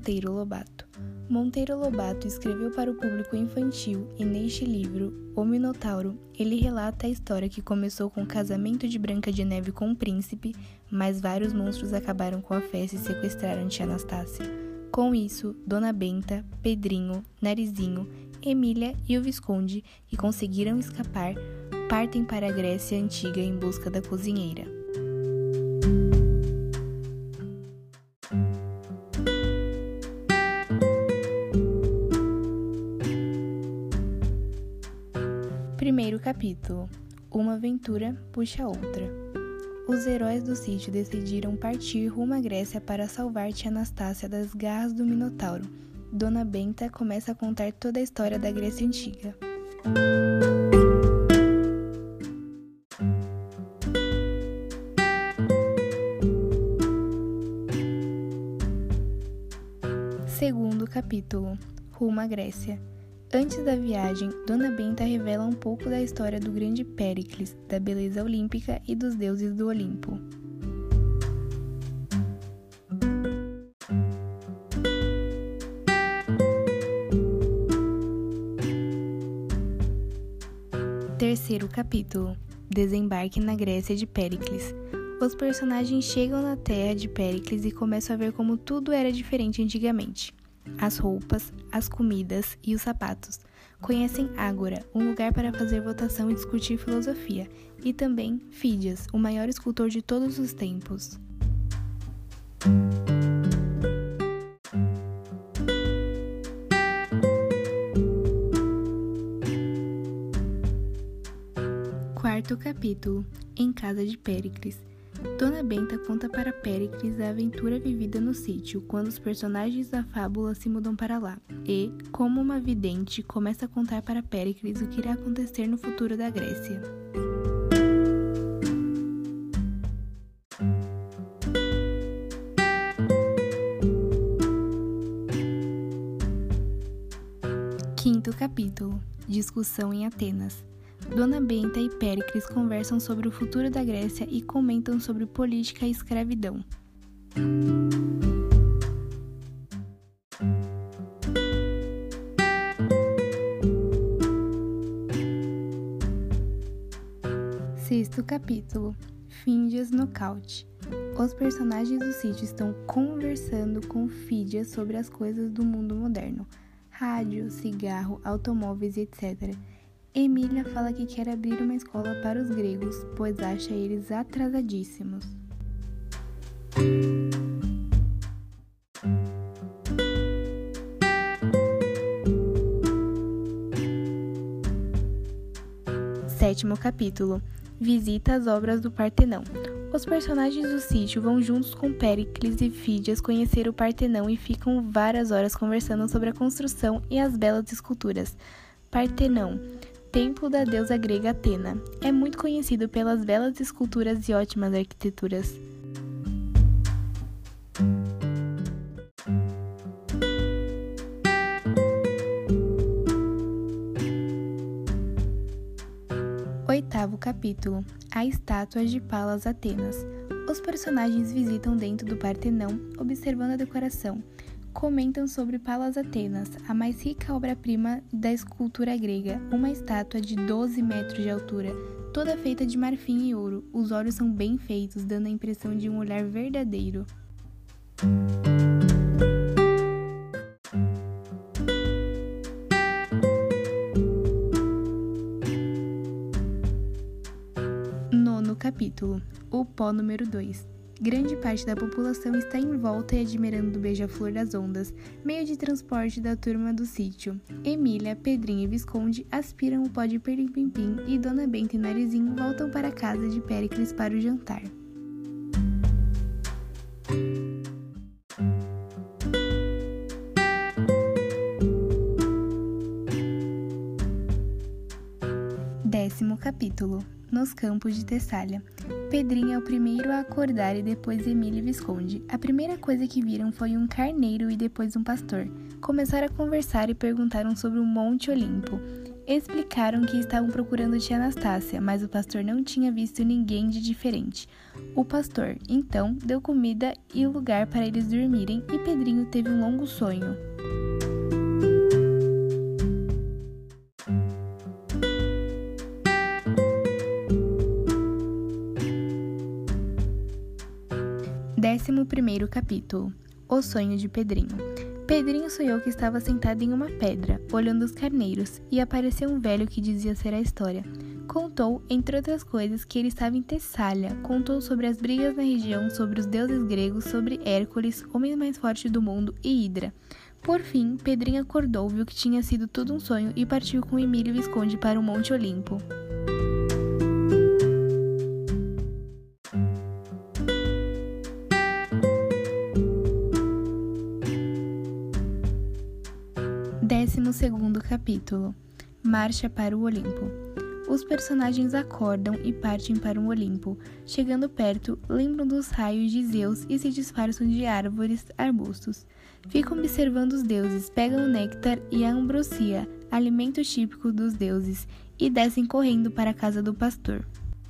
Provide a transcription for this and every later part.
Monteiro Lobato. Monteiro Lobato escreveu para o público infantil e neste livro, O Minotauro, ele relata a história que começou com o casamento de Branca de Neve com um príncipe, mas vários monstros acabaram com a festa e sequestraram tia Anastácia. Com isso, Dona Benta, Pedrinho, Narizinho, Emília e o Visconde, que conseguiram escapar, partem para a Grécia Antiga em busca da cozinheira. Primeiro capítulo. Uma aventura puxa outra. Os heróis do sítio decidiram partir rumo à Grécia para salvar tia Anastácia das garras do Minotauro. Dona Benta começa a contar toda a história da Grécia Antiga. Segundo capítulo. Rumo à Grécia. Antes da viagem, Dona Benta revela um pouco da história do grande Péricles, da beleza olímpica e dos deuses do Olimpo. Terceiro capítulo. Desembarque na Grécia de Péricles. Os personagens chegam na terra de Péricles e começam a ver como tudo era diferente antigamente. As roupas, as comidas e os sapatos. Conhecem Ágora, um lugar para fazer votação e discutir filosofia, e também Fídias, o maior escultor de todos os tempos. Quarto capítulo. Em casa de Péricles. Dona Benta conta para Péricles a aventura vivida no sítio, quando os personagens da fábula se mudam para lá, e, como uma vidente, começa a contar para Péricles o que irá acontecer no futuro da Grécia. Quinto capítulo. Discussão em Atenas. Dona Benta e Péricles conversam sobre o futuro da Grécia e comentam sobre política e escravidão. Sexto capítulo. Fídias Nocaute. Os personagens do sítio estão conversando com Fídias sobre as coisas do mundo moderno. Rádio, cigarro, automóveis e etc. Emília fala que quer abrir uma escola para os gregos, pois acha eles atrasadíssimos. Sétimo capítulo. Visita às obras do Partenão. Os personagens do sítio vão juntos com Péricles e Fídias conhecer o Partenão e ficam várias horas conversando sobre a construção e as belas esculturas. Partenão, templo da deusa grega Atena, é muito conhecido pelas belas esculturas e ótimas arquiteturas. Oitavo capítulo. A estátua de Palas Atenas. Os personagens visitam dentro do Partenão, observando a decoração. Comentam sobre Palas Atenas, a mais rica obra-prima da escultura grega, uma estátua de 12 metros de altura, toda feita de marfim e ouro. Os olhos são bem feitos, dando a impressão de um olhar verdadeiro. Nono capítulo. O pó número 2. Grande parte da população está em volta e admirando o beija-flor das ondas, meio de transporte da turma do sítio. Emília, Pedrinho e Visconde aspiram o pó de Pirlim-Pim-Pim e Dona Benta e Narizinho voltam para a casa de Péricles para o jantar. Décimo capítulo. Nos campos de Tessália. Pedrinho é o primeiro a acordar e depois Emília e Visconde. A primeira coisa que viram foi um carneiro e depois um pastor. Começaram a conversar e perguntaram sobre o Monte Olimpo. Explicaram que estavam procurando tia Anastácia, mas o pastor não tinha visto ninguém de diferente. O pastor, então, deu comida e lugar para eles dormirem e Pedrinho teve um longo sonho. Décimo primeiro capítulo. O sonho de Pedrinho. Pedrinho sonhou que estava sentado em uma pedra, olhando os carneiros, e apareceu um velho que dizia ser a história. Contou, entre outras coisas, que ele estava em Tessália, contou sobre as brigas na região, sobre os deuses gregos, sobre Hércules, homem mais forte do mundo, e Hidra. Por fim, Pedrinho acordou, viu que tinha sido tudo um sonho e partiu com Emílio Visconde para o Monte Olimpo. Décimo segundo capítulo. Marcha para o Olimpo. Os personagens acordam e partem para o Olimpo. Chegando perto, lembram dos raios de Zeus e se disfarçam de árvores, arbustos. Ficam observando os deuses, pegam o néctar e a ambrosia, alimento típico dos deuses, e descem correndo para a casa do pastor.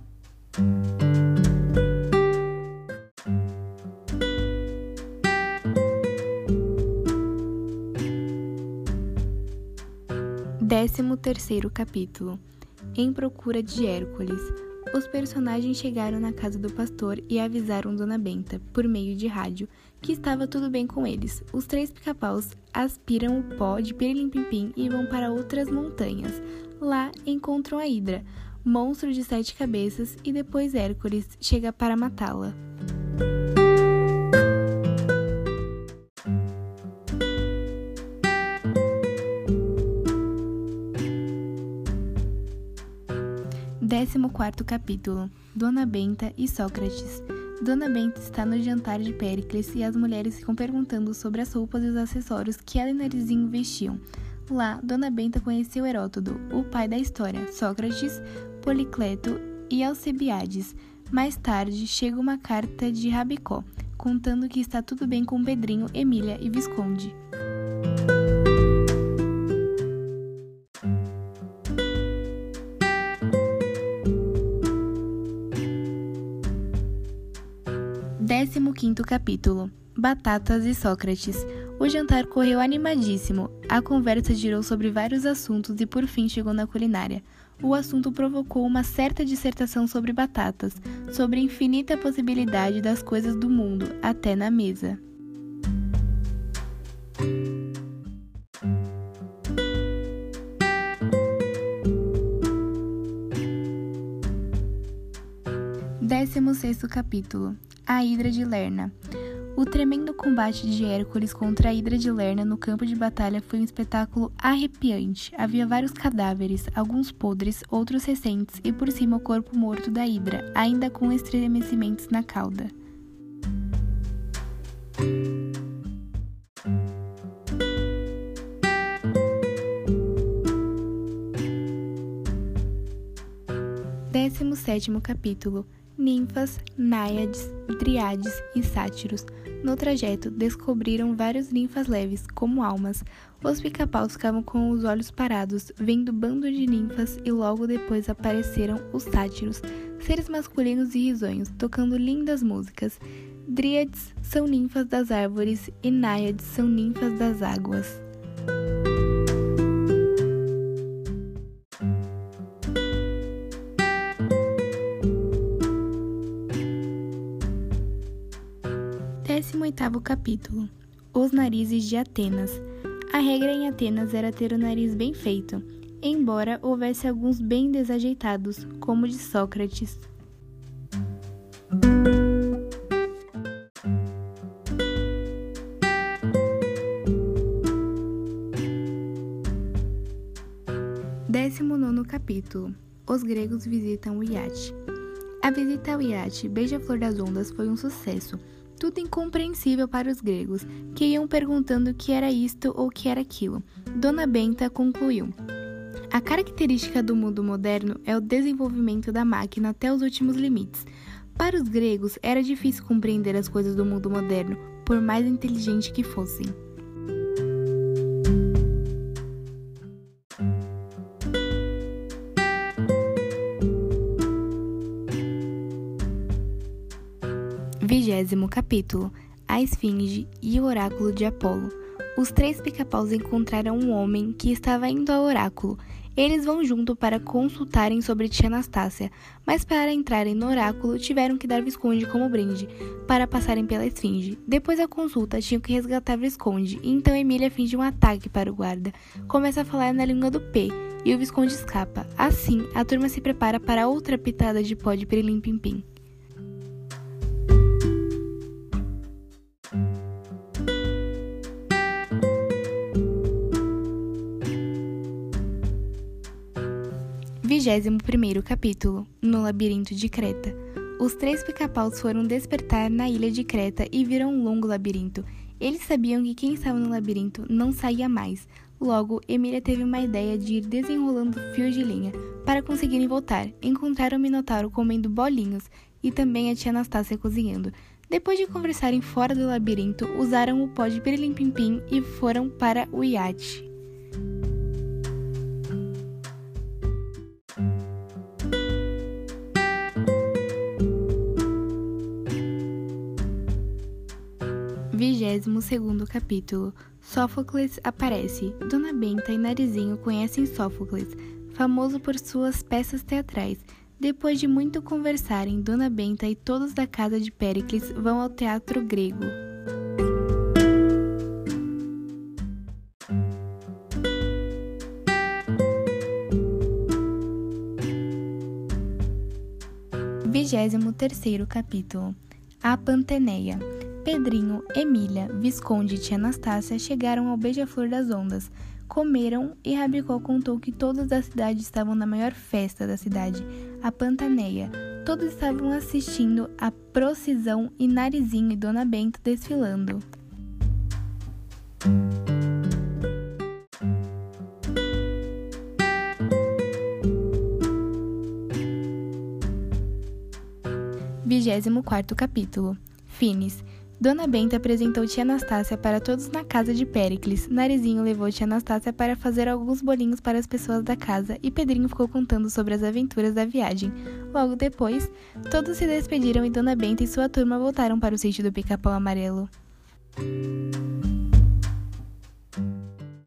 Décimo terceiro capítulo. Em procura de Hércules. Os personagens chegaram na casa do pastor e avisaram Dona Benta, por meio de rádio, que estava tudo bem com eles. Os 3 pica-paus aspiram o pó de Pirilim-Pim-Pim e vão para outras montanhas. Lá encontram a Hidra, monstro de 7 cabeças, e depois Hércules chega para matá-la. Décimo quarto capítulo. Dona Benta e Sócrates. Dona Benta está no jantar de Péricles e as mulheres ficam perguntando sobre as roupas e os acessórios que ela e Narizinho vestiam. Lá, Dona Benta conheceu Heródoto, o pai da história, Sócrates, Policleto e Alcebiades. Mais tarde, chega uma carta de Rabicó, contando que está tudo bem com Pedrinho, Emília e Visconde. Décimo quinto capítulo. Batatas e Sócrates. O jantar correu animadíssimo. A conversa girou sobre vários assuntos e por fim chegou na culinária. O assunto provocou uma certa dissertação sobre batatas, sobre a infinita possibilidade das coisas do mundo, até na mesa. Décimo sexto capítulo. A Hidra de Lerna. O tremendo combate de Hércules contra a Hidra de Lerna no campo de batalha foi um espetáculo arrepiante. Havia vários cadáveres, alguns podres, outros recentes, e por cima o corpo morto da Hidra, ainda com estremecimentos na cauda. Décimo sétimo capítulo. Ninfas, náiades, dríades e sátiros. No trajeto, descobriram várias ninfas leves, como almas. Os pica-paus ficavam com os olhos parados, vendo bando de ninfas, e logo depois apareceram os sátiros, seres masculinos e risonhos, tocando lindas músicas. Dríades são ninfas das árvores e náiades são ninfas das águas. Décimo oitavo capítulo. Os narizes de Atenas. A regra em Atenas era ter o nariz bem feito, embora houvesse alguns bem desajeitados, como o de Sócrates. Décimo nono capítulo. Os gregos visitam o iate. A visita ao iate Beija-Flor das Ondas foi um sucesso. Tudo incompreensível para os gregos, que iam perguntando o que era isto ou o que era aquilo. Dona Benta concluiu: a característica do mundo moderno é o desenvolvimento da máquina até os últimos limites. Para os gregos, era difícil compreender as coisas do mundo moderno, por mais inteligente que fossem. 20º capítulo. A Esfinge e o Oráculo de Apolo. Os 3 pica-paus encontraram um homem que estava indo ao oráculo. Eles vão junto para consultarem sobre tia Anastácia, mas para entrarem no oráculo tiveram que dar Visconde como brinde, para passarem pela Esfinge. Depois da consulta, tinham que resgatar Visconde, e então Emília finge um ataque para o guarda. Começa a falar na língua do P, e o Visconde escapa. Assim, a turma se prepara para outra pitada de pó de Pirilim-Pim-Pim. Vigésimo primeiro capítulo. No labirinto de Creta. Os 3 pica-paus foram despertar na ilha de Creta e viram um longo labirinto. Eles sabiam que quem estava no labirinto não saía mais. Logo, Emília teve uma ideia de ir desenrolando fios de linha para conseguirem voltar. Encontraram o Minotauro comendo bolinhos e também a tia Anastácia cozinhando. Depois de conversarem fora do labirinto, usaram o pó de Pirilim-Pim-Pim e foram para o iate. Vigésimo segundo capítulo. Sófocles aparece. Dona Benta e Narizinho conhecem Sófocles, famoso por suas peças teatrais. Depois de muito conversarem, Dona Benta e todos da casa de Péricles vão ao teatro grego. Vigésimo terceiro capítulo. A Panteneia. Pedrinho, Emília, Visconde e tia Anastácia chegaram ao Beija-Flor das Ondas, comeram e Rabicó contou que todos da cidade estavam na maior festa da cidade, a Pantaneia. Todos estavam assistindo a procissão e Narizinho e Dona Benta desfilando. Vigésimo quarto capítulo. Finis. Dona Benta apresentou tia Anastácia para todos na casa de Péricles. Narizinho levou tia Anastácia para fazer alguns bolinhos para as pessoas da casa e Pedrinho ficou contando sobre as aventuras da viagem. Logo depois, todos se despediram e Dona Benta e sua turma voltaram para o sítio do Pica-Pau Amarelo.